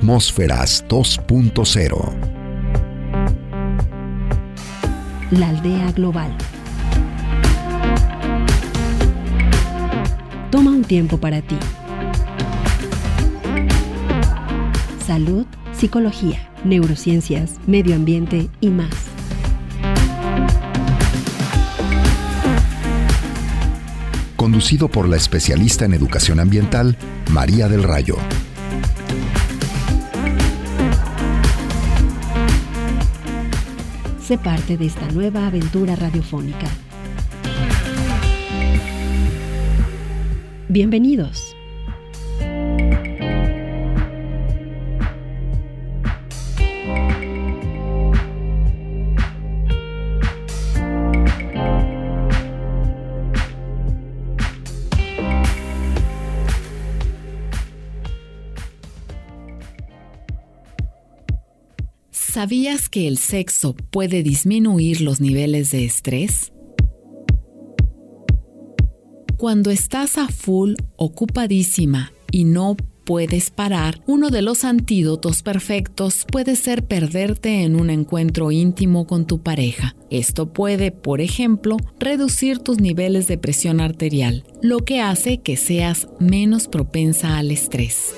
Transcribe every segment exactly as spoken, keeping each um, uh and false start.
Atmósferas dos punto cero. La aldea global. Toma un tiempo para ti. Salud, psicología, neurociencias, medio ambiente y más. Conducido por la especialista en educación ambiental, María del Rayo. Sé parte de esta nueva aventura radiofónica. Bienvenidos. ¿Sabías que el sexo puede disminuir los niveles de estrés? Cuando estás a full, ocupadísima y no puedes parar, uno de los antídotos perfectos puede ser perderte en un encuentro íntimo con tu pareja. Esto puede, por ejemplo, reducir tus niveles de presión arterial, lo que hace que seas menos propensa al estrés.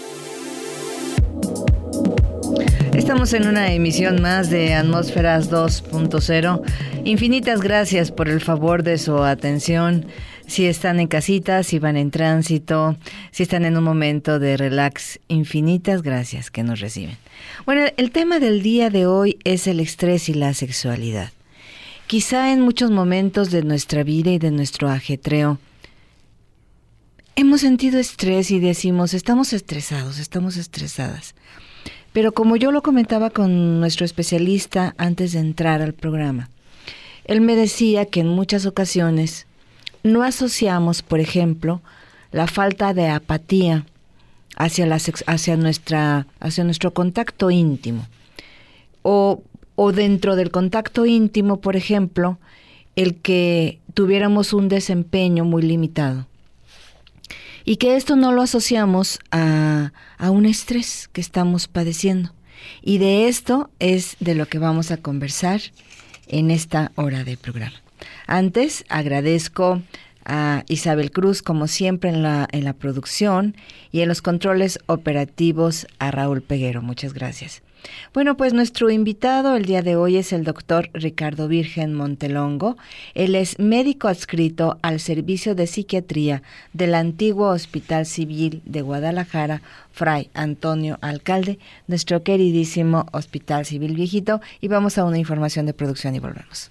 Estamos en una emisión más de Atmósferas dos punto cero. Infinitas gracias por el favor de su atención. Si están en casita, si van en tránsito, si están en un momento de relax, infinitas gracias que nos reciben. Bueno, el tema del día de hoy es el estrés y la sexualidad. Quizá en muchos momentos de nuestra vida y de nuestro ajetreo hemos sentido estrés y decimos, estamos estresados, estamos estresadas. Pero como yo lo comentaba con nuestro especialista antes de entrar al programa, él me decía que en muchas ocasiones no asociamos, por ejemplo, la falta de apatía hacia, la, hacia, nuestra, hacia nuestro contacto íntimo. O, o dentro del contacto íntimo, por ejemplo, el que tuviéramos un desempeño muy limitado. Y que esto no lo asociamos a, a un estrés que estamos padeciendo. Y de esto es de lo que vamos a conversar en esta hora de programa. Antes, agradezco a Isabel Cruz, como siempre en la, en la producción, y en los controles operativos a Raúl Peguero. Muchas gracias. Bueno, pues nuestro invitado el día de hoy es el doctor Ricardo Virgen Montelongo. Él es médico adscrito al Servicio de Psiquiatría del antiguo Hospital Civil de Guadalajara, Fray Antonio Alcalde, nuestro queridísimo Hospital Civil Viejito. Y vamos a una información de producción y volvemos.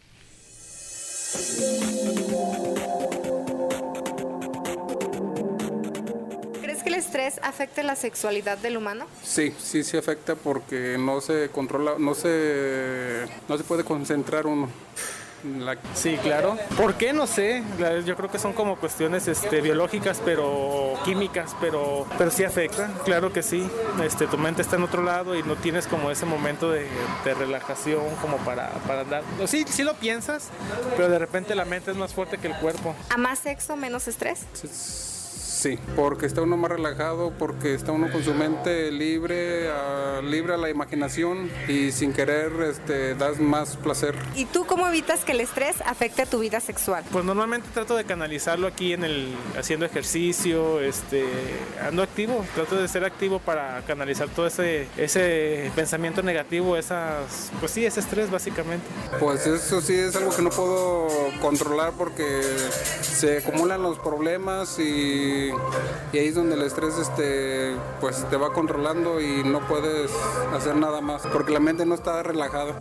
¿El estrés afecta la sexualidad del humano? Sí, sí, sí afecta porque no se controla, no se, no se puede concentrar uno. La... Sí, claro. ¿Por qué? No sé. Yo creo que son como cuestiones este, biológicas, pero químicas, pero, pero sí afectan. Claro que sí. Este, tu mente está en otro lado y no tienes como ese momento de, de relajación como para, para andar. Sí, sí lo piensas, pero de repente la mente es más fuerte que el cuerpo. ¿A más sexo, menos estrés? Sí. Sí, porque está uno más relajado, porque está uno con su mente libre, uh, libre a la imaginación y sin querer este, das más placer. ¿Y tú cómo evitas que el estrés afecte a tu vida sexual? Pues normalmente trato de canalizarlo aquí en el haciendo ejercicio, este, ando activo, trato de ser activo para canalizar todo ese, ese pensamiento negativo, esas, pues sí, ese estrés básicamente. Pues eso sí es algo que no puedo controlar porque se acumulan los problemas y y ahí es donde el estrés este, pues te va controlando y no puedes hacer nada más porque la mente no está relajada.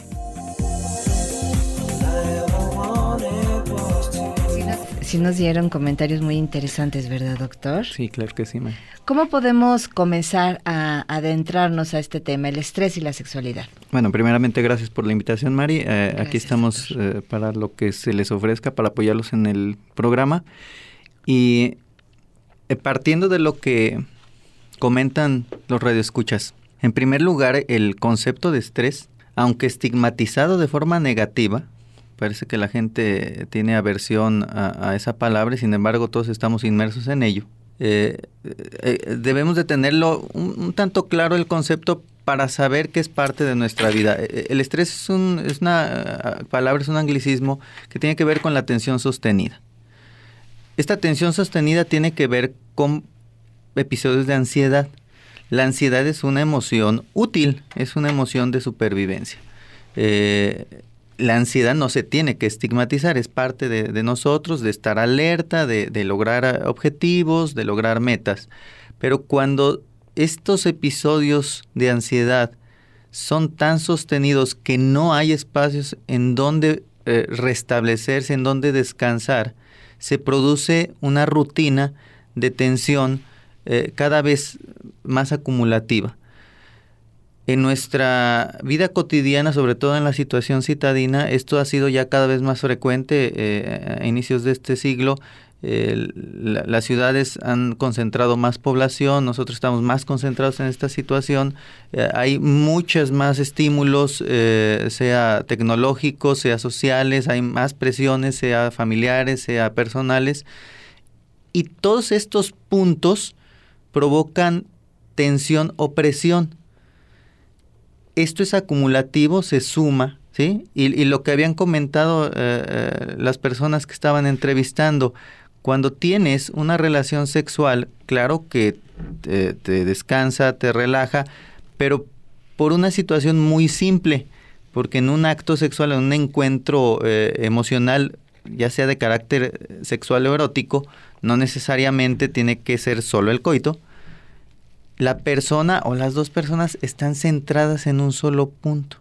Sí nos dieron comentarios muy interesantes, ¿verdad, doctor? Sí, claro que sí, ma. ¿Cómo podemos comenzar a adentrarnos a este tema, el estrés y la sexualidad? Bueno, primeramente gracias por la invitación, Mari. Eh, gracias, aquí estamos eh, para lo que se les ofrezca, para apoyarlos en el programa. Y eh, partiendo de lo que comentan los radioescuchas, en primer lugar, el concepto de estrés, aunque estigmatizado de forma negativa, parece que la gente tiene aversión a, a esa palabra y sin embargo todos estamos inmersos en ello. eh, eh, debemos de tenerlo un, un tanto claro el concepto para saber que es parte de nuestra vida. El estrés es, un, es una palabra, es un anglicismo que tiene que ver con la tensión sostenida. Esta tensión sostenida tiene que ver con episodios de ansiedad. La ansiedad es una emoción útil, es una emoción de supervivencia. Eh, la ansiedad no se tiene que estigmatizar, es parte de, de nosotros, de estar alerta, de, de lograr objetivos, de lograr metas. Pero cuando estos episodios de ansiedad son tan sostenidos que no hay espacios en donde eh, restablecerse, en donde descansar, se produce una rutina de tensión eh, cada vez más acumulativa. En nuestra vida cotidiana, sobre todo en la situación citadina, esto ha sido ya cada vez más frecuente eh, a inicios de este siglo. Eh, la, las ciudades han concentrado más población, nosotros estamos más concentrados en esta situación, eh, hay muchos más estímulos, eh, sea tecnológicos, sea sociales, hay más presiones, sea familiares, sea personales, y todos estos puntos provocan tensión o presión. Esto es acumulativo, se suma, ¿sí? Y, y lo que habían comentado eh, las personas que estaban entrevistando, cuando tienes una relación sexual, claro que te, te descansa, te relaja, pero por una situación muy simple, porque en un acto sexual, en un encuentro eh, emocional, ya sea de carácter sexual o erótico, no necesariamente tiene que ser solo el coito. La persona o las dos personas están centradas en un solo punto.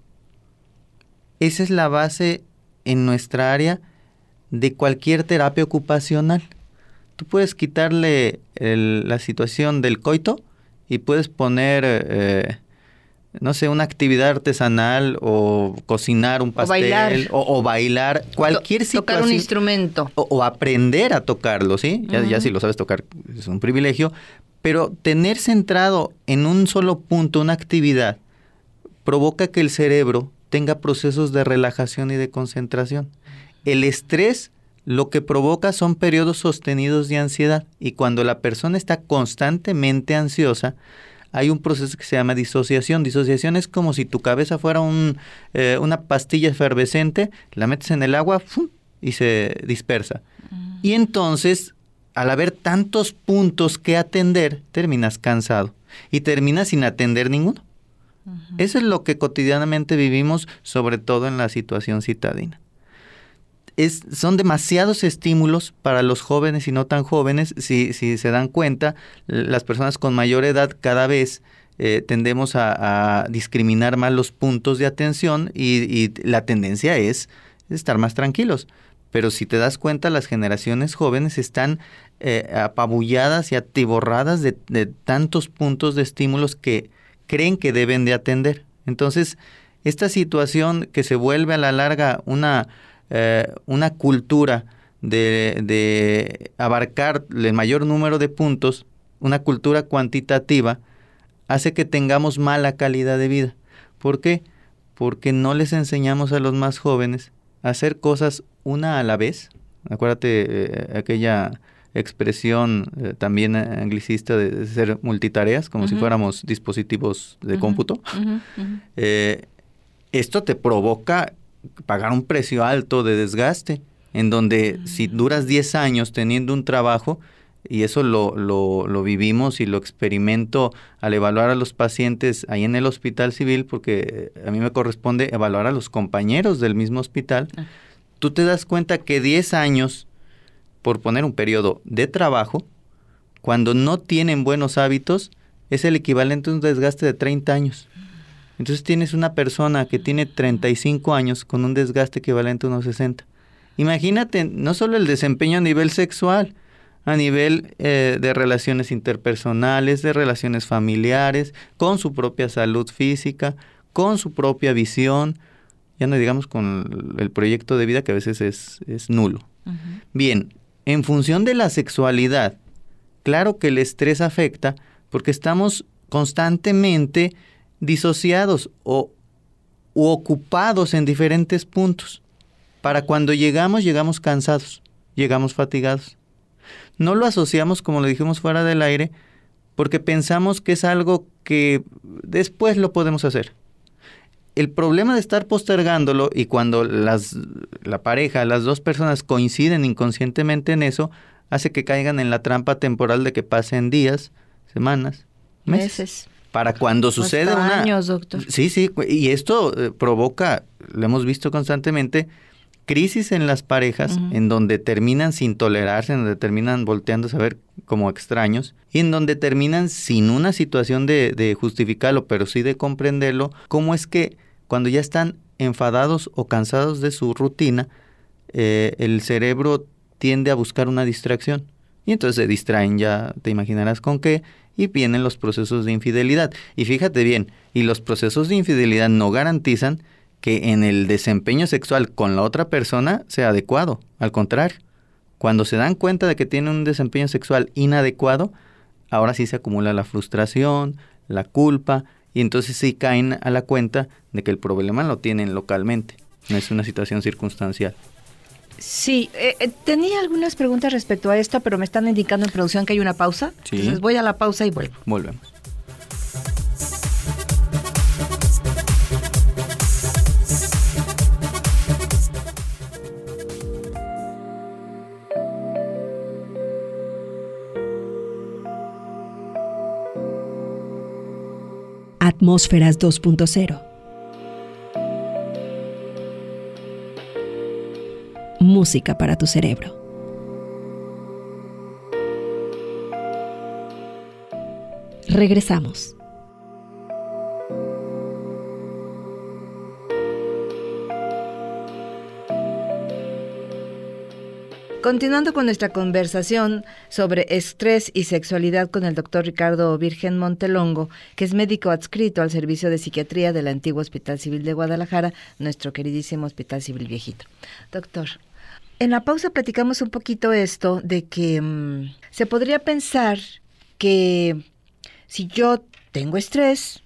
Esa es la base en nuestra área de cualquier terapia ocupacional. Tú puedes quitarle el, la situación del coito y puedes poner, eh, no sé, una actividad artesanal o cocinar un pastel. O bailar. O, o bailar, cualquier to- situación. Tocar un instrumento. O, o aprender a tocarlo, ¿sí? Ya, uh-huh. ya si lo sabes tocar es un privilegio. Pero tener centrado en un solo punto una actividad provoca que el cerebro tenga procesos de relajación y de concentración. El estrés lo que provoca son periodos sostenidos de ansiedad, y cuando la persona está constantemente ansiosa, hay un proceso que se llama disociación. Disociación es como si tu cabeza fuera un, eh, una pastilla efervescente, la metes en el agua ¡fum! Y se dispersa. Uh-huh. Y entonces, al haber tantos puntos que atender, terminas cansado y terminas sin atender ninguno. Uh-huh. Eso es lo que cotidianamente vivimos, sobre todo en la situación citadina. Es, son demasiados estímulos para los jóvenes y no tan jóvenes. Si, si se dan cuenta, las personas con mayor edad cada vez eh, tendemos a, a discriminar más los puntos de atención y, y la tendencia es estar más tranquilos. Pero si te das cuenta, las generaciones jóvenes están eh, apabulladas y atiborradas de, de tantos puntos de estímulos que creen que deben de atender. Entonces, esta situación que se vuelve a la larga una, eh, una cultura de, de abarcar el mayor número de puntos, una cultura cuantitativa, hace que tengamos mala calidad de vida. ¿Por qué? Porque no les enseñamos a los más jóvenes a hacer cosas una a la vez. Acuérdate eh, aquella expresión eh, también anglicista de ser multitareas, como uh-huh. si fuéramos dispositivos de uh-huh. cómputo. Uh-huh. Uh-huh. Eh, esto te provoca pagar un precio alto de desgaste, en donde uh-huh. si duras diez años teniendo un trabajo, y eso lo, lo, lo vivimos y lo experimento al evaluar a los pacientes ahí en el hospital civil, porque a mí me corresponde evaluar a los compañeros del mismo hospital, uh-huh. tú te das cuenta que diez años, por poner un periodo de trabajo, cuando no tienen buenos hábitos, es el equivalente a un desgaste de treinta años. Entonces tienes una persona que tiene treinta y cinco años con un desgaste equivalente a unos sesenta. Imagínate, no solo el desempeño a nivel sexual, a nivel eh, de relaciones interpersonales, de relaciones familiares, con su propia salud física, con su propia visión, ya no digamos con el proyecto de vida que a veces es, es nulo. Uh-huh. Bien, en función de la sexualidad, claro que el estrés afecta porque estamos constantemente disociados o u ocupados en diferentes puntos. Para cuando llegamos, llegamos cansados, llegamos fatigados. no lo asociamos, como lo dijimos fuera del aire, porque pensamos que es algo que después lo podemos hacer. El problema de estar postergándolo y cuando las, la pareja, las dos personas coinciden inconscientemente en eso, hace que caigan en la trampa temporal de que pasen días, semanas, meses. meses. Para cuando sucede Hasta una... años, doctor. Sí, sí, y esto eh, provoca, lo hemos visto constantemente, crisis en las parejas, uh-huh. en donde terminan sin tolerarse, en donde terminan volteándose a ver como extraños, y en donde terminan sin una situación de, de justificarlo, pero sí de comprenderlo, cómo es que cuando ya están enfadados o cansados de su rutina, eh, el cerebro tiende a buscar una distracción. Y entonces se distraen, ya te imaginarás con qué, y vienen los procesos de infidelidad. Y fíjate bien, y los procesos de infidelidad no garantizan que en el desempeño sexual con la otra persona sea adecuado. Al contrario, cuando se dan cuenta de que tienen un desempeño sexual inadecuado, ahora sí se acumula la frustración, la culpa, y entonces sí caen a la cuenta de que el problema lo tienen localmente, no es una situación circunstancial. Sí, eh, tenía algunas preguntas respecto a esto, pero me están indicando en producción que hay una pausa. Sí. Entonces voy a la pausa y vuelvo. Volvemos. Atmósferas dos punto cero. Música para tu cerebro. Regresamos. Continuando con nuestra conversación sobre estrés y sexualidad con el doctor Ricardo Virgen Montelongo, que es médico adscrito al Servicio de Psiquiatría del antiguo Hospital Civil de Guadalajara, nuestro queridísimo Hospital Civil Viejito. Doctor, en la pausa platicamos un poquito esto de que mmm, se podría pensar que si yo tengo estrés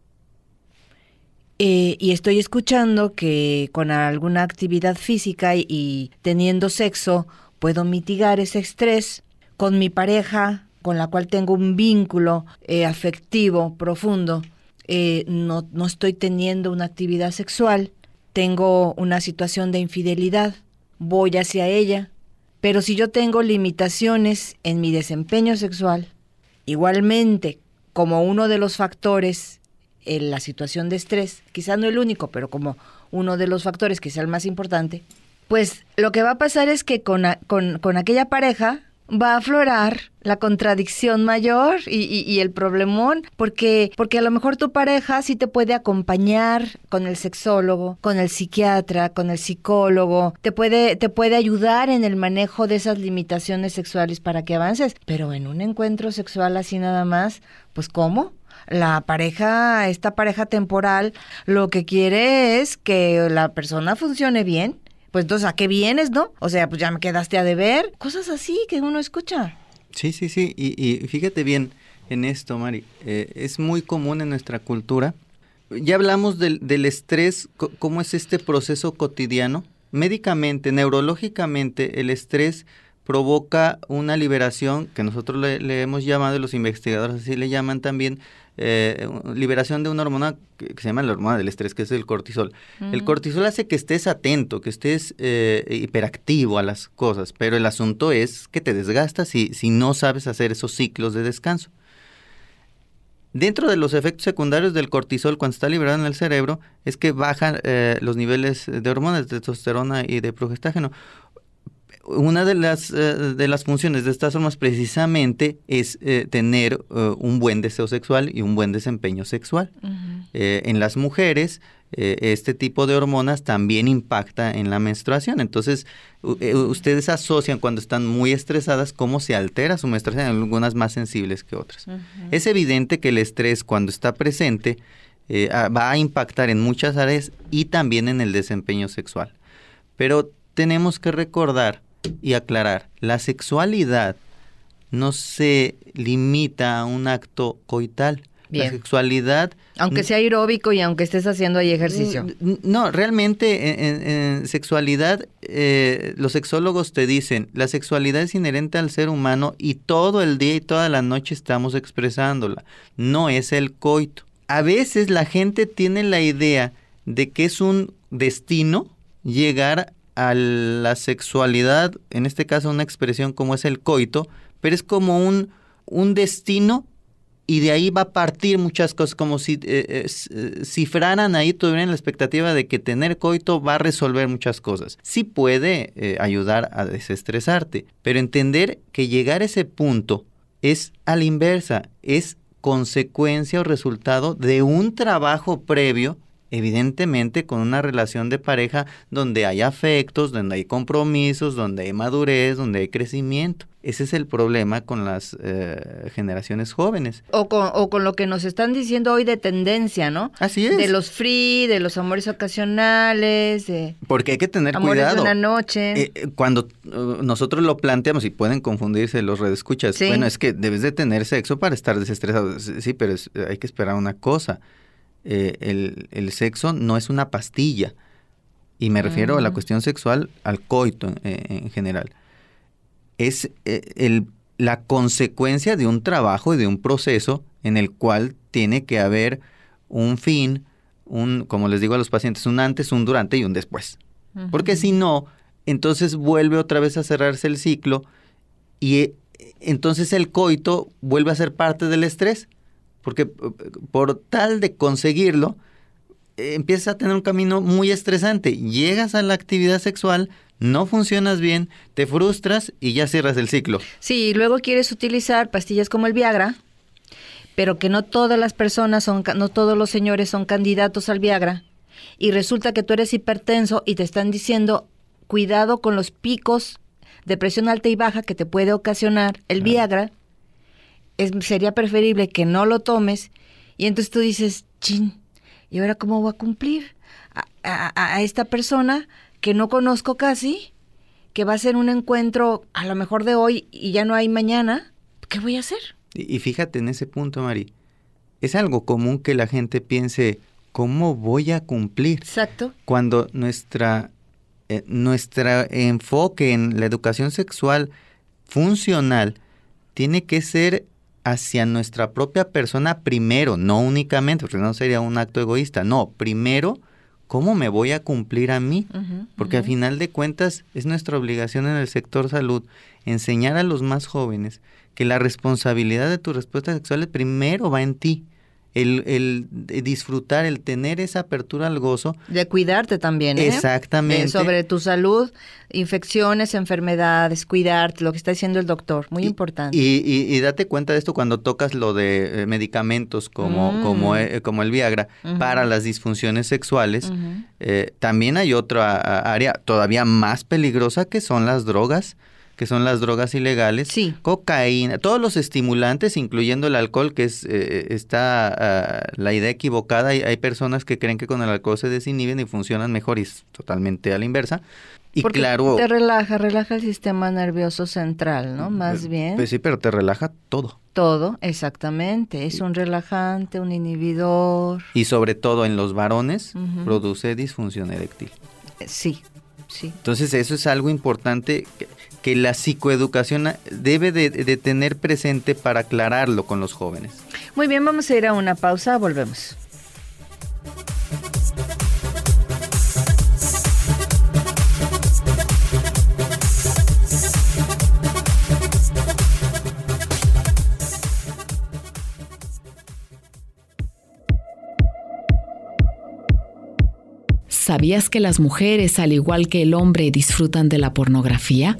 eh, y estoy escuchando que con alguna actividad física y, y teniendo sexo puedo mitigar ese estrés con mi pareja, con la cual tengo un vínculo eh, afectivo profundo, eh, no, no estoy teniendo una actividad sexual, tengo una situación de infidelidad, voy hacia ella, pero si yo tengo limitaciones en mi desempeño sexual, igualmente como uno de los factores en la situación de estrés, quizás no el único, pero como uno de los factores, quizá el más importante, pues lo que va a pasar es que con, a, con, con aquella pareja va a aflorar la contradicción mayor y, y, y el problemón, porque, porque a lo mejor tu pareja sí te puede acompañar con el sexólogo, con el psiquiatra, con el psicólogo, te puede, te puede ayudar en el manejo de esas limitaciones sexuales para que avances, pero en un encuentro sexual así nada más, pues ¿cómo? La pareja, esta pareja temporal, lo que quiere es que la persona funcione bien. Pues entonces, ¿a qué vienes, no? O sea, pues ya me quedaste a deber. Cosas así que uno escucha. Sí, sí, sí. Y, y fíjate bien en esto, Mari. Eh, es muy común en nuestra cultura. Ya hablamos del, del estrés, cómo es este proceso cotidiano. Médicamente, neurológicamente, el estrés provoca una liberación que nosotros le, le hemos llamado, y los investigadores así le llaman también, eh, liberación de una hormona que, que se llama la hormona del estrés, que es el cortisol. Uh-huh. El cortisol hace que estés atento, que estés eh, hiperactivo a las cosas, pero el asunto es que te desgastas si, si no sabes hacer esos ciclos de descanso. Dentro de los efectos secundarios del cortisol, cuando está liberado en el cerebro, es que bajan eh, los niveles de hormonas, de testosterona y de progestágeno. Una de las eh, de las funciones de estas hormonas precisamente es eh, tener uh, un buen deseo sexual y un buen desempeño sexual. Uh-huh. Eh, en las mujeres, eh, este tipo de hormonas también impacta en la menstruación. Entonces, uh, eh, ustedes asocian cuando están muy estresadas cómo se altera su menstruación, algunas más sensibles que otras. Uh-huh. Es evidente que el estrés, cuando está presente, eh, va a impactar en muchas áreas y también en el desempeño sexual. Pero tenemos que recordar y aclarar, la sexualidad no se limita a un acto coital. Bien. La sexualidad... Aunque sea aeróbico y aunque estés haciendo ahí ejercicio. No, realmente en, en, en sexualidad eh, los sexólogos te dicen, la sexualidad es inherente al ser humano y todo el día y toda la noche estamos expresándola. No es el coito. A veces la gente tiene la idea de que es un destino llegar a la sexualidad, en este caso una expresión como es el coito, pero es como un, un destino y de ahí va a partir muchas cosas, como si eh, eh, cifraran ahí, tuvieran la expectativa de que tener coito va a resolver muchas cosas. Sí puede eh, ayudar a desestresarte, pero entender que llegar a ese punto es a la inversa, es consecuencia o resultado de un trabajo previo, evidentemente con una relación de pareja donde hay afectos, donde hay compromisos, donde hay madurez, donde hay crecimiento. Ese es el problema con las eh, generaciones jóvenes. O con, o con lo que nos están diciendo hoy de tendencia, ¿no? Así es. De los free, de los amores ocasionales, de... Porque hay que tener amores cuidado. de una noche. Eh, cuando uh, nosotros lo planteamos, y pueden confundirse los redescuchas, sí. Bueno, es que debes de tener sexo para estar desestresado. Sí, pero es, hay que esperar una cosa. Eh, el, el sexo no es una pastilla. Y me refiero uh-huh. a la cuestión sexual, al coito eh, en general. Es eh, el, la consecuencia de un trabajo y de un proceso en el cual tiene que haber un fin, un, como les digo a los pacientes, un antes, un durante y un después. Uh-huh. Porque si no, entonces vuelve otra vez a cerrarse el ciclo y eh, entonces el coito vuelve a ser parte del estrés. Porque por tal de conseguirlo, eh, empiezas a tener un camino muy estresante. Llegas a la actividad sexual, no funcionas bien, te frustras y ya cierras el ciclo. Sí, y luego quieres utilizar pastillas como el Viagra, pero que no todas las personas, son, no todos los señores son candidatos al Viagra. Y resulta que tú eres hipertenso y te están diciendo, cuidado con los picos de presión alta y baja que te puede ocasionar el claro. Viagra. Es, sería preferible que no lo tomes y entonces tú dices, chin, ¿y ahora cómo voy a cumplir a, a, a esta persona que no conozco casi, que va a ser un encuentro a lo mejor de hoy y ya no hay mañana? ¿Qué voy a hacer? Y, y fíjate en ese punto, Mari, es algo común que la gente piense, ¿cómo voy a cumplir? Exacto. Cuando nuestra, eh, nuestro enfoque en la educación sexual funcional tiene que ser hacia nuestra propia persona primero, no únicamente, porque no sería un acto egoísta, no, primero, ¿cómo me voy a cumplir a mí? Uh-huh, porque uh-huh. al final de cuentas es nuestra obligación en el sector salud enseñar a los más jóvenes que la responsabilidad de tu respuesta sexual primero va en ti. El, el disfrutar, el tener esa apertura al gozo. De cuidarte también, ¿eh? Exactamente. De, sobre tu salud, infecciones, enfermedades, cuidarte, lo que está diciendo el doctor, muy y, importante. Y, y, y date cuenta de esto cuando tocas lo de eh, medicamentos como, mm. como, eh, como el Viagra uh-huh. para las disfunciones sexuales. Uh-huh. Eh, también hay otra área todavía más peligrosa que son las drogas. que son las drogas ilegales, sí. cocaína, todos los estimulantes, incluyendo el alcohol, que es eh, está uh, la idea equivocada. Hay, hay personas que creen que con el alcohol se desinhiben y funcionan mejor y es totalmente a la inversa. Y porque claro, te relaja, relaja el sistema nervioso central, ¿no? Más pues, bien. Pues sí, pero te relaja todo. Todo, exactamente. Es un relajante, un inhibidor. Y sobre todo en los varones, uh-huh. produce disfunción eréctil. Sí, sí. Entonces eso es algo importante que, que la psicoeducación debe de, de tener presente para aclararlo con los jóvenes. Muy bien, vamos a ir a una pausa, volvemos. ¿Sabías que las mujeres, al igual que el hombre, disfrutan de la pornografía?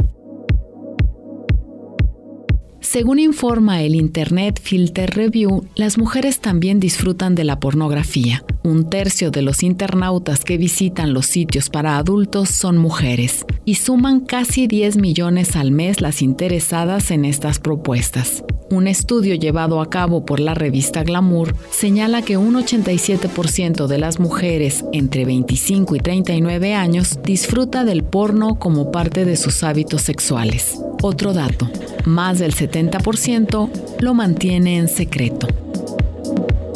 Según informa el Internet Filter Review, las mujeres también disfrutan de la pornografía. Un tercio de los internautas que visitan los sitios para adultos son mujeres y suman casi diez millones al mes las interesadas en estas propuestas. Un estudio llevado a cabo por la revista Glamour señala que un ochenta y siete por ciento de las mujeres entre veinticinco y treinta y nueve años disfruta del porno como parte de sus hábitos sexuales. Otro dato, más del setenta por ciento lo mantiene en secreto.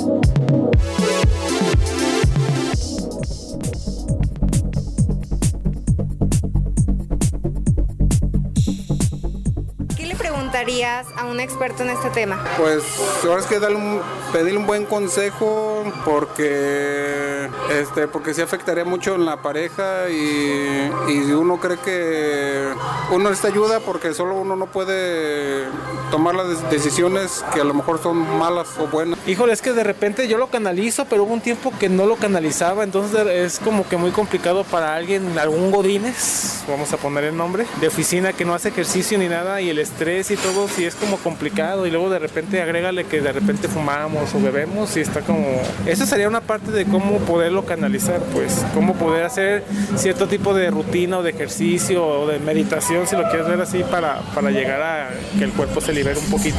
darías a un experto en este tema? Pues ahora es que darle un, pedirle un buen consejo porque este porque sí afectaría mucho en la pareja y, y uno cree que uno necesita ayuda porque solo uno no puede tomar las decisiones que a lo mejor son malas o buenas. Híjole, es que de repente yo lo canalizo, pero hubo un tiempo que no lo canalizaba, entonces es como que muy complicado para alguien, algún godínez, vamos a poner el nombre, de oficina que no hace ejercicio ni nada y el estrés y todo, sí es como complicado y luego de repente agrégale que de repente fumamos o bebemos y está como... Eso sería una parte de cómo poderlo canalizar, pues, cómo poder hacer cierto tipo de rutina o de ejercicio o de meditación, si lo quieres ver así, para, para llegar a que el cuerpo se libere un poquito.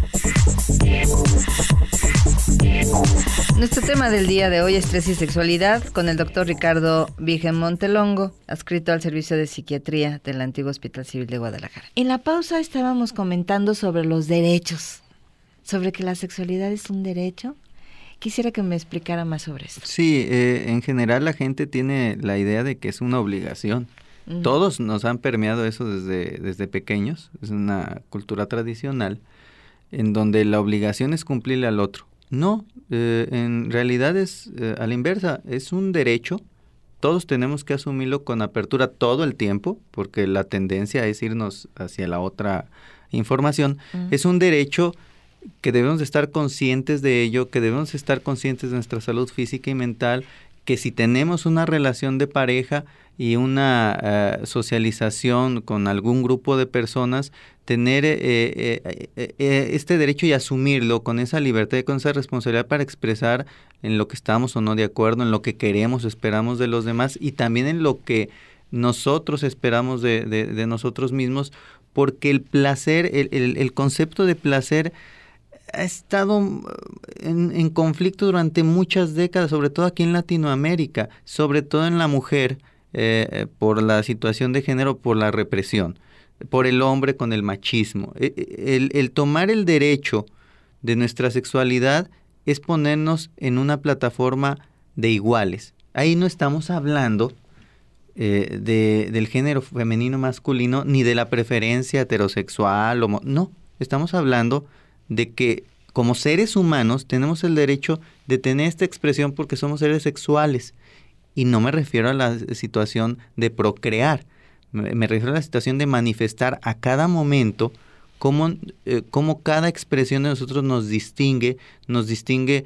Nuestro tema del día de hoy, estrés y sexualidad, con el doctor Ricardo Virgen Montelongo, adscrito al Servicio de Psiquiatría del antiguo Hospital Civil de Guadalajara. En la pausa estábamos comentando sobre los derechos, sobre que la sexualidad es un derecho. Quisiera que me explicara más sobre eso. Sí, eh, en general la gente tiene la idea de que es una obligación. Mm. Todos nos han permeado eso desde, desde pequeños, es una cultura tradicional, en donde la obligación es cumplirle al otro. No, eh, en realidad es eh, a la inversa, es un derecho, todos tenemos que asumirlo con apertura todo el tiempo, porque la tendencia es irnos hacia la otra información. Uh-huh. Es un derecho que debemos de estar conscientes de ello, que debemos estar conscientes de nuestra salud física y mental, que si tenemos una relación de pareja y una uh, socialización con algún grupo de personas, tener eh, eh, eh, este derecho y asumirlo con esa libertad y con esa responsabilidad para expresar en lo que estamos o no de acuerdo, en lo que queremos, esperamos de los demás y también en lo que nosotros esperamos de, de, de nosotros mismos, porque el placer, el, el, el concepto de placer ha estado en, en conflicto durante muchas décadas, sobre todo aquí en Latinoamérica, sobre todo en la mujer, eh, por la situación de género, por la represión, por el hombre con el machismo. El, el tomar el derecho de nuestra sexualidad es ponernos en una plataforma de iguales. Ahí no estamos hablando eh, de, del género femenino masculino, ni de la preferencia heterosexual, homo, no, estamos hablando de que como seres humanos tenemos el derecho de tener esta expresión porque somos seres sexuales. Y no me refiero a la situación de procrear, me, me refiero a la situación de manifestar a cada momento cómo, eh, cómo cada expresión de nosotros nos distingue, nos distingue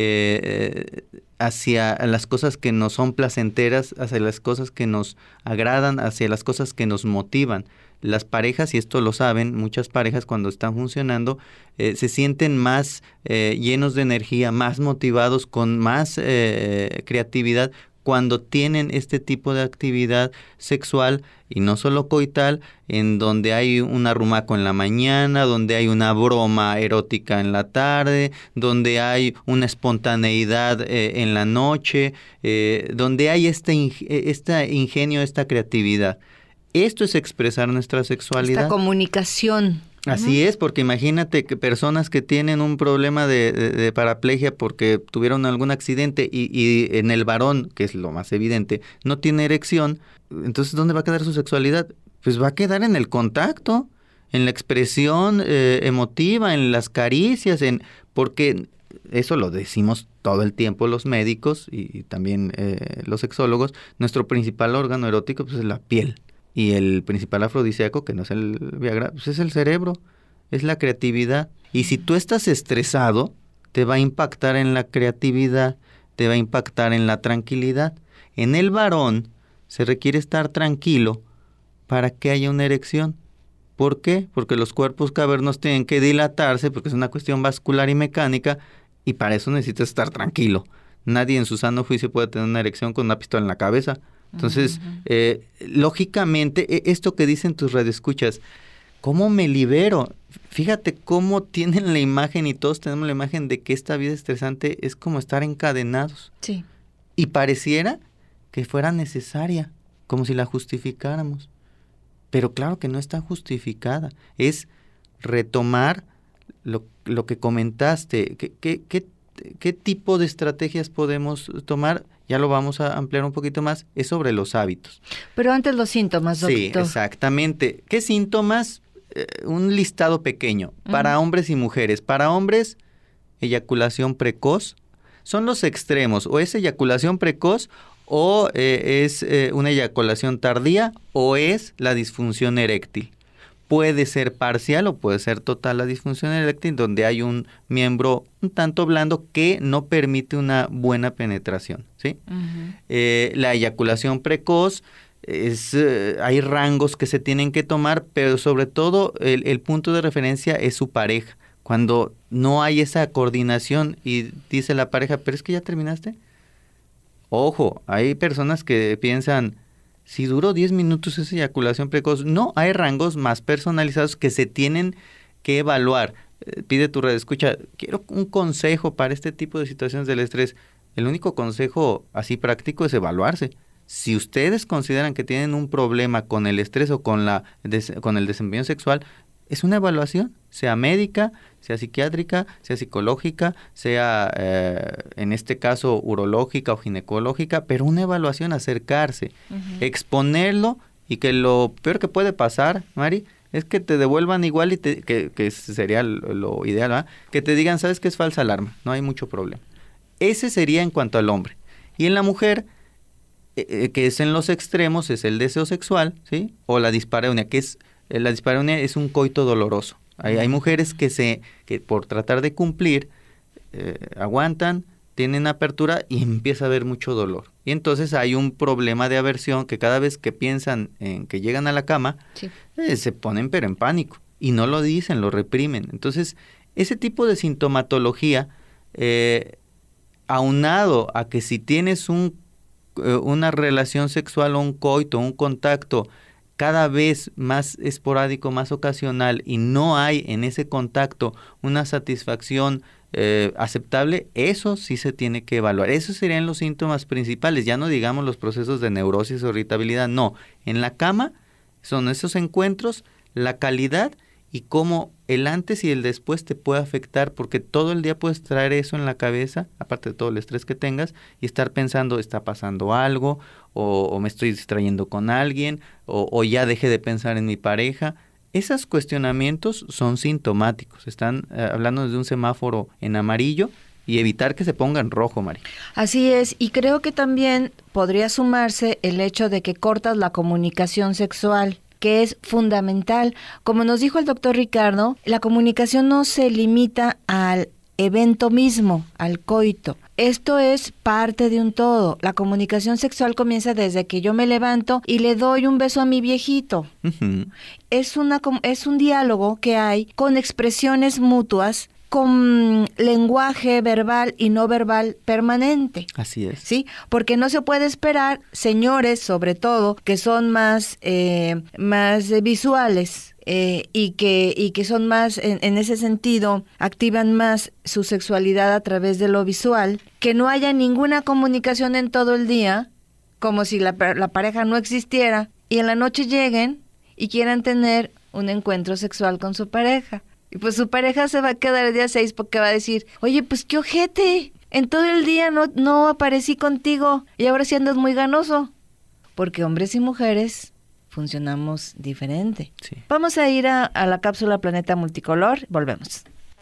eh, hacia las cosas que nos son placenteras, hacia las cosas que nos agradan, hacia las cosas que nos motivan. Las parejas, y esto lo saben, muchas parejas cuando están funcionando eh, se sienten más eh, llenos de energía, más motivados, con más eh, creatividad cuando tienen este tipo de actividad sexual y no solo coital, en donde hay un arrumaco en la mañana, donde hay una broma erótica en la tarde, donde hay una espontaneidad eh, en la noche, eh, donde hay este, ing- este ingenio, esta creatividad. Esto es expresar nuestra sexualidad. Esta comunicación. Así uh-huh. es, porque imagínate que personas que tienen un problema de, de, de paraplegia porque tuvieron algún accidente y, y en el varón, que es lo más evidente, no tiene erección, entonces ¿dónde va a quedar su sexualidad? Pues va a quedar en el contacto, en la expresión eh, emotiva, en las caricias, en porque eso lo decimos todo el tiempo los médicos y, y también eh, los sexólogos, nuestro principal órgano erótico pues, es la piel. Y el principal afrodisíaco, que no es el Viagra, pues es el cerebro, es la creatividad. Y si tú estás estresado, te va a impactar en la creatividad, te va a impactar en la tranquilidad. En el varón se requiere estar tranquilo para que haya una erección. ¿Por qué? Porque los cuerpos cavernosos tienen que dilatarse, porque es una cuestión vascular y mecánica, y para eso necesitas estar tranquilo. Nadie en su sano juicio puede tener una erección con una pistola en la cabeza. Entonces, uh-huh. eh, lógicamente, esto que dicen tus radioescuchas, ¿cómo me libero? Fíjate cómo tienen la imagen y todos tenemos la imagen de que esta vida estresante es como estar encadenados. Sí. Y pareciera que fuera necesaria, como si la justificáramos. Pero claro que no está justificada. Es retomar lo, lo que comentaste. ¿Qué, qué, qué, ¿Qué tipo de estrategias podemos tomar? Ya lo vamos a ampliar un poquito más, es sobre los hábitos. Pero antes los síntomas, doctor. Sí, exactamente. ¿Qué síntomas? eh, un listado pequeño para uh-huh. hombres y mujeres. Para hombres, eyaculación precoz. Son los extremos, o es eyaculación precoz o eh, es eh, una eyaculación tardía o es la disfunción eréctil. Puede ser parcial o puede ser total la disfunción eréctil, donde hay un miembro un tanto blando que no permite una buena penetración, ¿sí? Uh-huh. Eh, la eyaculación precoz, es, eh, hay rangos que se tienen que tomar, pero sobre todo el, el punto de referencia es su pareja. Cuando no hay esa coordinación y dice la pareja, ¿pero es que ya terminaste? Ojo, hay personas que piensan, si duró diez minutos esa eyaculación precoz. No, hay rangos más personalizados que se tienen que evaluar. Eh, pide tu red, escucha, quiero un consejo para este tipo de situaciones del estrés. El único consejo así práctico es evaluarse. Si ustedes consideran que tienen un problema con el estrés o con, la, des, con el desempeño sexual, es una evaluación, sea médica, sea psiquiátrica, sea psicológica, sea eh, en este caso urológica o ginecológica, pero una evaluación, acercarse, uh-huh. exponerlo, y que lo peor que puede pasar, Mari, es que te devuelvan igual y te, que, que sería lo, lo ideal, ¿verdad? Que te digan, sabes que es falsa alarma, no hay mucho problema. Ese sería en cuanto al hombre. Y en la mujer, eh, que es en los extremos, es el deseo sexual, ¿sí? O la dispareunia, que es la dispareunia es un coito doloroso. Hay, hay mujeres que se que por tratar de cumplir eh, aguantan, tienen apertura y empieza a haber mucho dolor. Y entonces hay un problema de aversión que cada vez que piensan en que llegan a la cama, sí. eh, se ponen pero en pánico. Y no lo dicen, lo reprimen. Entonces, ese tipo de sintomatología, eh, aunado a que si tienes un, eh, una relación sexual o un coito, un contacto cada vez más esporádico, más ocasional, y no hay en ese contacto una satisfacción eh, aceptable, eso sí se tiene que evaluar. Esos serían los síntomas principales, ya no digamos los procesos de neurosis o irritabilidad, no. En la cama son esos encuentros, la calidad y cómo el antes y el después te puede afectar, porque todo el día puedes traer eso en la cabeza, aparte de todo el estrés que tengas, y estar pensando, está pasando algo, o, o me estoy distrayendo con alguien, o, o ya dejé de pensar en mi pareja. Esos cuestionamientos son sintomáticos, están eh, hablando de un semáforo en amarillo, y evitar que se ponga en rojo, Mari. Así es, y creo que también podría sumarse el hecho de que cortas la comunicación sexual, que es fundamental. Como nos dijo el doctor Ricardo, la comunicación no se limita al evento mismo, al coito. Esto es parte de un todo. La comunicación sexual comienza desde que yo me levanto y le doy un beso a mi viejito. Uh-huh. Es una, es un diálogo que hay con expresiones mutuas, con lenguaje verbal y no verbal permanente. Así es. ¿Sí? Porque no se puede esperar, señores, sobre todo, que son más, eh, más visuales eh, y, que, y que son más, en, en ese sentido, activan más su sexualidad a través de lo visual, que no haya ninguna comunicación en todo el día, como si la, la pareja no existiera, y en la noche lleguen y quieran tener un encuentro sexual con su pareja. Y pues su pareja se va a quedar el día seis porque va a decir, oye, pues qué ojete, en todo el día no, no aparecí contigo y ahora sí andas muy ganoso. Porque hombres y mujeres funcionamos diferente. Sí. Vamos a ir a, a la cápsula Planeta Multicolor, volvemos.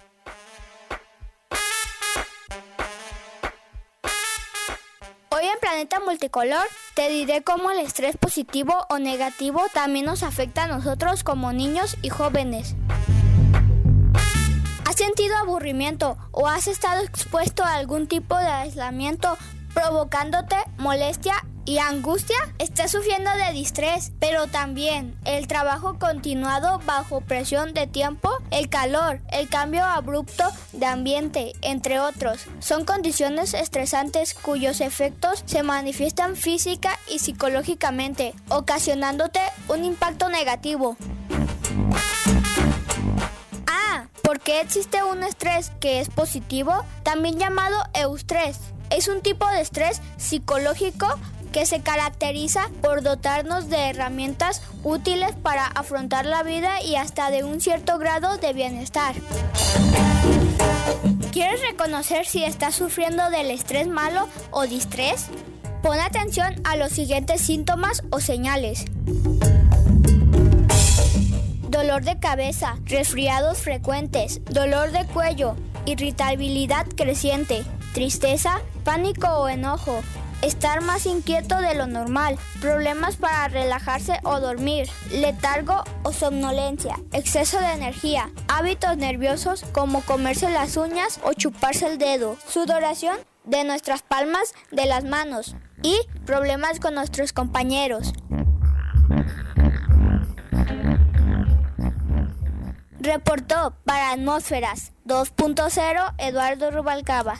Hoy en Planeta Multicolor te diré cómo el estrés positivo o negativo también nos afecta a nosotros como niños y jóvenes. ¿Has sentido aburrimiento o has estado expuesto a algún tipo de aislamiento provocándote molestia y angustia? Estás sufriendo de distrés, pero también el trabajo continuado bajo presión de tiempo, el calor, el cambio abrupto de ambiente, entre otros. Son condiciones estresantes cuyos efectos se manifiestan física y psicológicamente, ocasionándote un impacto negativo. ¿Por qué existe un estrés que es positivo? También llamado eustrés. Es un tipo de estrés psicológico que se caracteriza por dotarnos de herramientas útiles para afrontar la vida y hasta de un cierto grado de bienestar. ¿Quieres reconocer si estás sufriendo del estrés malo o distrés? Pon atención a los siguientes síntomas o señales. dolor de cabeza, resfriados frecuentes, dolor de cuello, irritabilidad creciente, tristeza, pánico o enojo, estar más inquieto de lo normal, problemas para relajarse o dormir, letargo o somnolencia, exceso de energía, hábitos nerviosos como comerse las uñas o chuparse el dedo, sudoración de nuestras palmas de las manos y problemas con nuestros compañeros. Reportó para Atmósferas dos punto cero Eduardo Rubalcaba.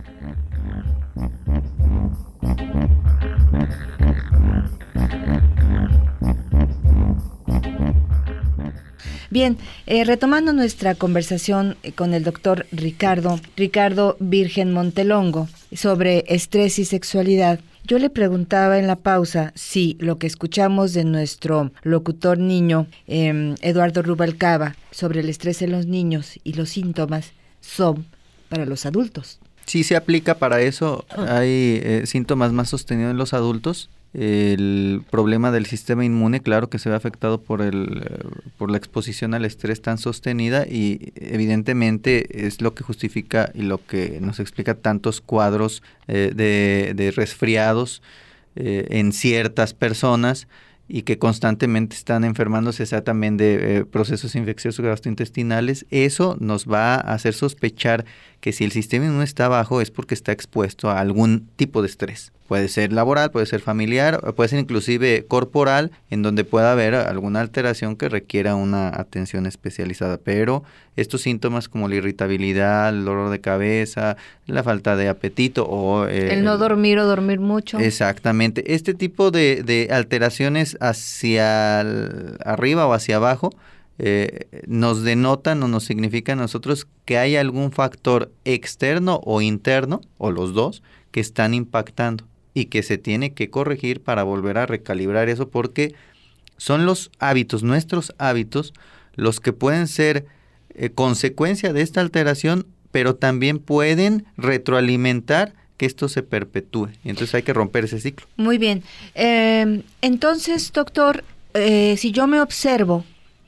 Bien, eh, retomando nuestra conversación con el doctor Ricardo, Ricardo Virgen Montelongo, sobre estrés y sexualidad, yo le preguntaba en la pausa si lo que escuchamos de nuestro locutor niño, eh, Eduardo Rubalcaba, sobre el estrés en los niños y los síntomas, son para los adultos. Sí se aplica para eso, hay eh, síntomas más sostenidos en los adultos. El problema del sistema inmune, claro que se ve afectado por el por la exposición al estrés tan sostenida y evidentemente es lo que justifica y lo que nos explica tantos cuadros eh, de, de resfriados eh, en ciertas personas y que constantemente están enfermándose, sea también de eh, procesos infecciosos gastrointestinales. Eso nos va a hacer sospechar que si el sistema inmune está bajo es porque está expuesto a algún tipo de estrés. Puede ser laboral, puede ser familiar, puede ser inclusive corporal, en donde pueda haber alguna alteración que requiera una atención especializada. Pero estos síntomas como la irritabilidad, el dolor de cabeza, la falta de apetito o... Eh, el no dormir o dormir mucho. Exactamente. Este tipo de, de alteraciones hacia el, arriba o hacia abajo eh, nos denotan o nos significan a nosotros que hay algún factor externo o interno, o los dos, que están impactando y que se tiene que corregir para volver a recalibrar eso, porque son los hábitos, nuestros hábitos, los que pueden ser eh, consecuencia de esta alteración, pero también pueden retroalimentar que esto se perpetúe. Y entonces hay que romper ese ciclo. Muy bien. Eh, entonces, doctor, eh, si yo me observo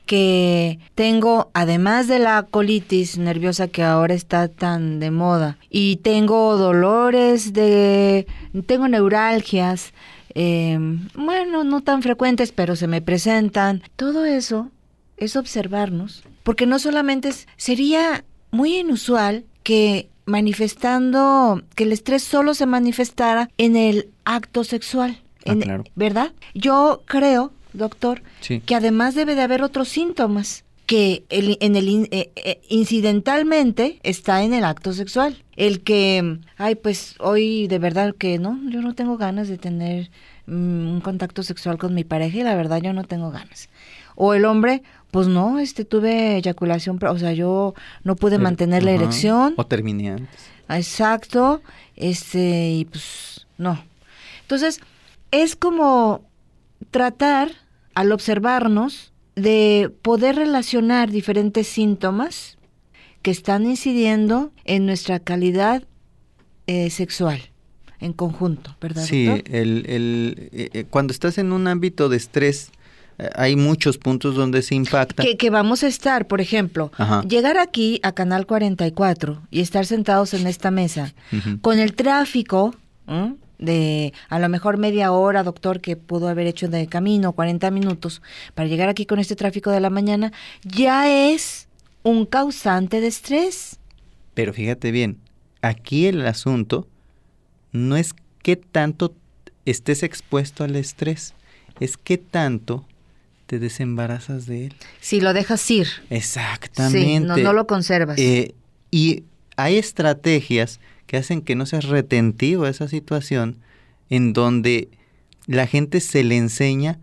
que tengo, además de la colitis nerviosa que ahora está tan de moda, y tengo dolores de, tengo neuralgias, eh, bueno, no tan frecuentes, pero se me presentan, todo eso es observarnos, porque no solamente es, sería muy inusual que manifestando, que el estrés solo se manifestara en el acto sexual, ah, en, claro. ¿verdad? Yo creo, doctor, sí, que además debe de haber otros síntomas que el, en el eh, eh, incidentalmente está en el acto sexual. El que, ay, pues hoy de verdad que no, yo no tengo ganas de tener um, un contacto sexual con mi pareja y la verdad yo no tengo ganas. O el hombre, pues no, este tuve eyaculación, o sea, yo no pude Pero, mantener la ajá, erección. O terminé antes. Exacto, este, y pues no. Entonces, es como tratar, al observarnos, de poder relacionar diferentes síntomas que están incidiendo en nuestra calidad eh, sexual en conjunto, ¿verdad, sí, doctor? el, el, eh, cuando estás en un ámbito de estrés, eh, hay muchos puntos donde se impacta. Que, que vamos a estar, por ejemplo, Ajá. llegar aquí a Canal cuarenta y cuatro y estar sentados en esta mesa, uh-huh. con el tráfico, ¿eh? de a lo mejor media hora, doctor, que pudo haber hecho de camino, cuarenta minutos, para llegar aquí con este tráfico de la mañana, ya es un causante de estrés. Pero fíjate bien, aquí el asunto no es qué tanto estés expuesto al estrés, es qué tanto te desembarazas de él. Si lo dejas ir. Exactamente. Sí, no, no lo conservas. Eh, y hay estrategias que hacen que no seas retentivo a esa situación, en donde la gente se le enseña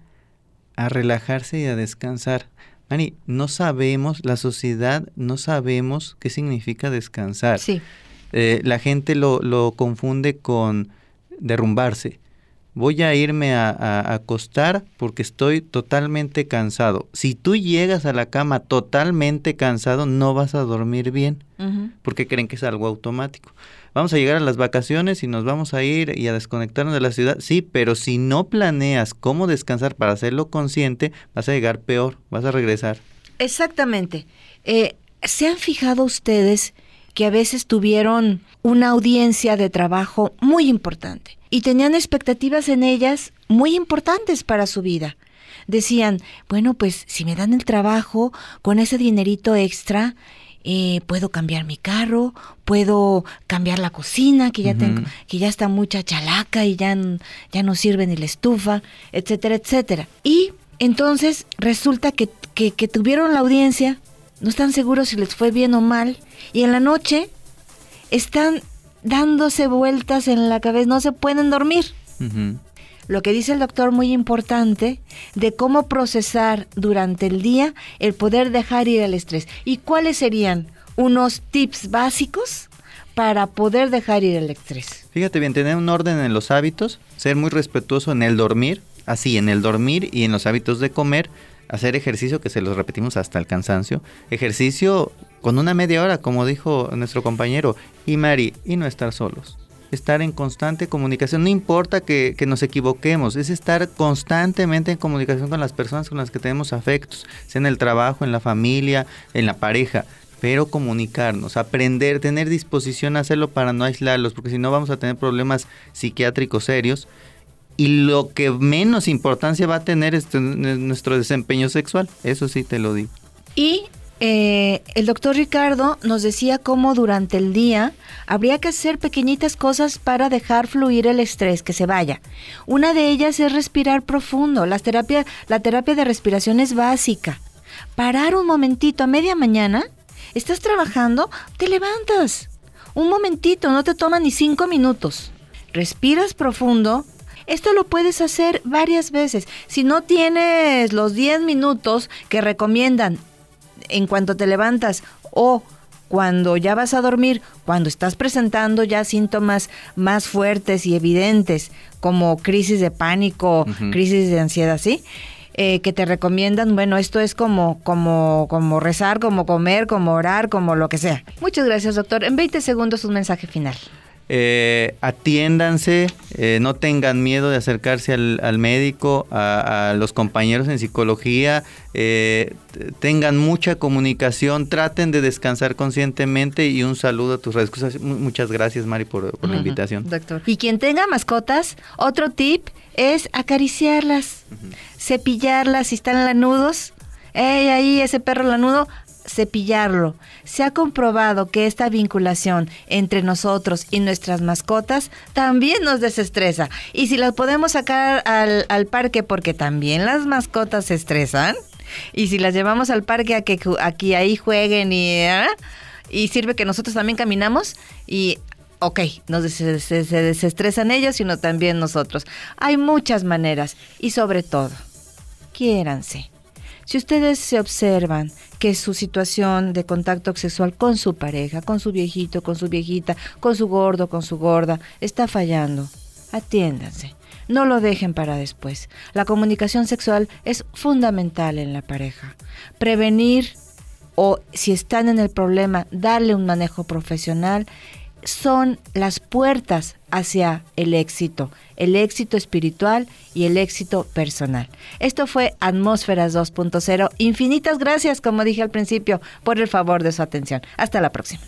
a relajarse y a descansar. Mani, no sabemos, la sociedad no sabemos qué significa descansar. Sí. Eh, la gente lo, lo confunde con derrumbarse. Voy a irme a, a, a acostar porque estoy totalmente cansado. Si tú llegas a la cama totalmente cansado, no vas a dormir bien, uh-huh. porque creen que es algo automático. Vamos a llegar a las vacaciones y nos vamos a ir y a desconectarnos de la ciudad. Sí, pero si no planeas cómo descansar para hacerlo consciente, vas a llegar peor, vas a regresar Exactamente. Eh, ¿Se han fijado ustedes que a veces tuvieron una audiencia de trabajo muy importante y tenían expectativas en ellas muy importantes para su vida? Decían, bueno, pues si me dan el trabajo, con ese dinerito extra, eh, puedo cambiar mi carro, puedo cambiar la cocina, que ya uh-huh. tengo, que ya está mucha chalaca y ya, ya no sirve ni la estufa, etcétera, etcétera. Y entonces resulta que, que, que tuvieron la audiencia, no están seguros si les fue bien o mal, y en la noche están dándose vueltas en la cabeza, no se pueden dormir. Uh-huh. Lo que dice el doctor, muy importante, de cómo procesar durante el día el poder dejar ir el estrés. ¿Y cuáles serían unos tips básicos para poder dejar ir el estrés? Fíjate bien, tener un orden en los hábitos, ser muy respetuoso en el dormir, así en el dormir y en los hábitos de comer, hacer ejercicio, que se los repetimos hasta el cansancio, ejercicio con una media hora, como dijo nuestro compañero, y Mari, y no estar solos. Estar en constante comunicación, no importa que, que nos equivoquemos, es estar constantemente en comunicación con las personas con las que tenemos afectos, sea en el trabajo, en la familia, en la pareja, pero comunicarnos, aprender, tener disposición a hacerlo para no aislarlos, porque si no vamos a tener problemas psiquiátricos serios, y lo que menos importancia va a tener es nuestro desempeño sexual, eso sí te lo digo. Y Eh, el doctor Ricardo nos decía cómo durante el día habría que hacer pequeñitas cosas para dejar fluir el estrés, que se vaya. Una de ellas es respirar profundo. Las terapia, la terapia de respiración es básica. Parar un momentito a media mañana, estás trabajando, te levantas. Un momentito, no te toma ni cinco minutos. Respiras profundo. Esto lo puedes hacer varias veces. Si no tienes los diez minutos que recomiendan en cuanto te levantas o cuando ya vas a dormir, cuando estás presentando ya síntomas más fuertes y evidentes como crisis de pánico, uh-huh. crisis de ansiedad, ¿sí? Eh, que te recomiendan, bueno, esto es como, como, como rezar, como comer, como orar, como lo que sea. Muchas gracias, doctor. En veinte segundos un mensaje final. Eh, atiéndanse, eh, no tengan miedo de acercarse al, al médico, a, a los compañeros en psicología, eh, tengan mucha comunicación, traten de descansar conscientemente y un saludo a tus redes. Muchas gracias, Mari, por, por uh-huh. la invitación. Doctor. Y quien tenga mascotas, otro tip es acariciarlas, uh-huh. cepillarlas si están lanudos. ¡Ey, ahí ese perro lanudo! Cepillarlo. Se ha comprobado que esta vinculación entre nosotros y nuestras mascotas también nos desestresa. Y si las podemos sacar al, al parque, porque también las mascotas se estresan, y si las llevamos al parque a que aquí ahí jueguen y, ¿eh? y sirve que nosotros también caminamos y ok, nos des- se, se desestresan ellos, sino también nosotros. Hay muchas maneras y sobre todo, quiéranse. Si ustedes se observan que su situación de contacto sexual con su pareja, con su viejito, con su viejita, con su gordo, con su gorda, está fallando, atiéndanse. No lo dejen para después. La comunicación sexual es fundamental en la pareja. Prevenir o, si están en el problema, darle un manejo profesional son las puertas hacia el éxito, el éxito espiritual y el éxito personal. Esto fue Atmósferas dos punto cero. Infinitas gracias, como dije al principio, por el favor de su atención. Hasta la próxima.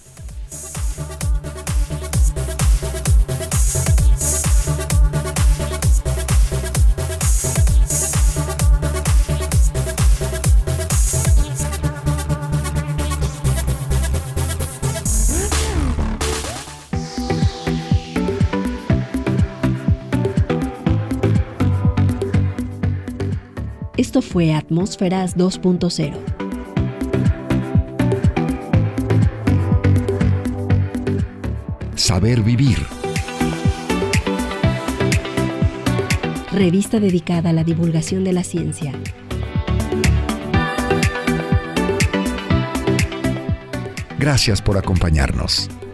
Esto fue Atmósferas dos punto cero. Saber vivir. Revista dedicada a la divulgación de la ciencia. Gracias por acompañarnos.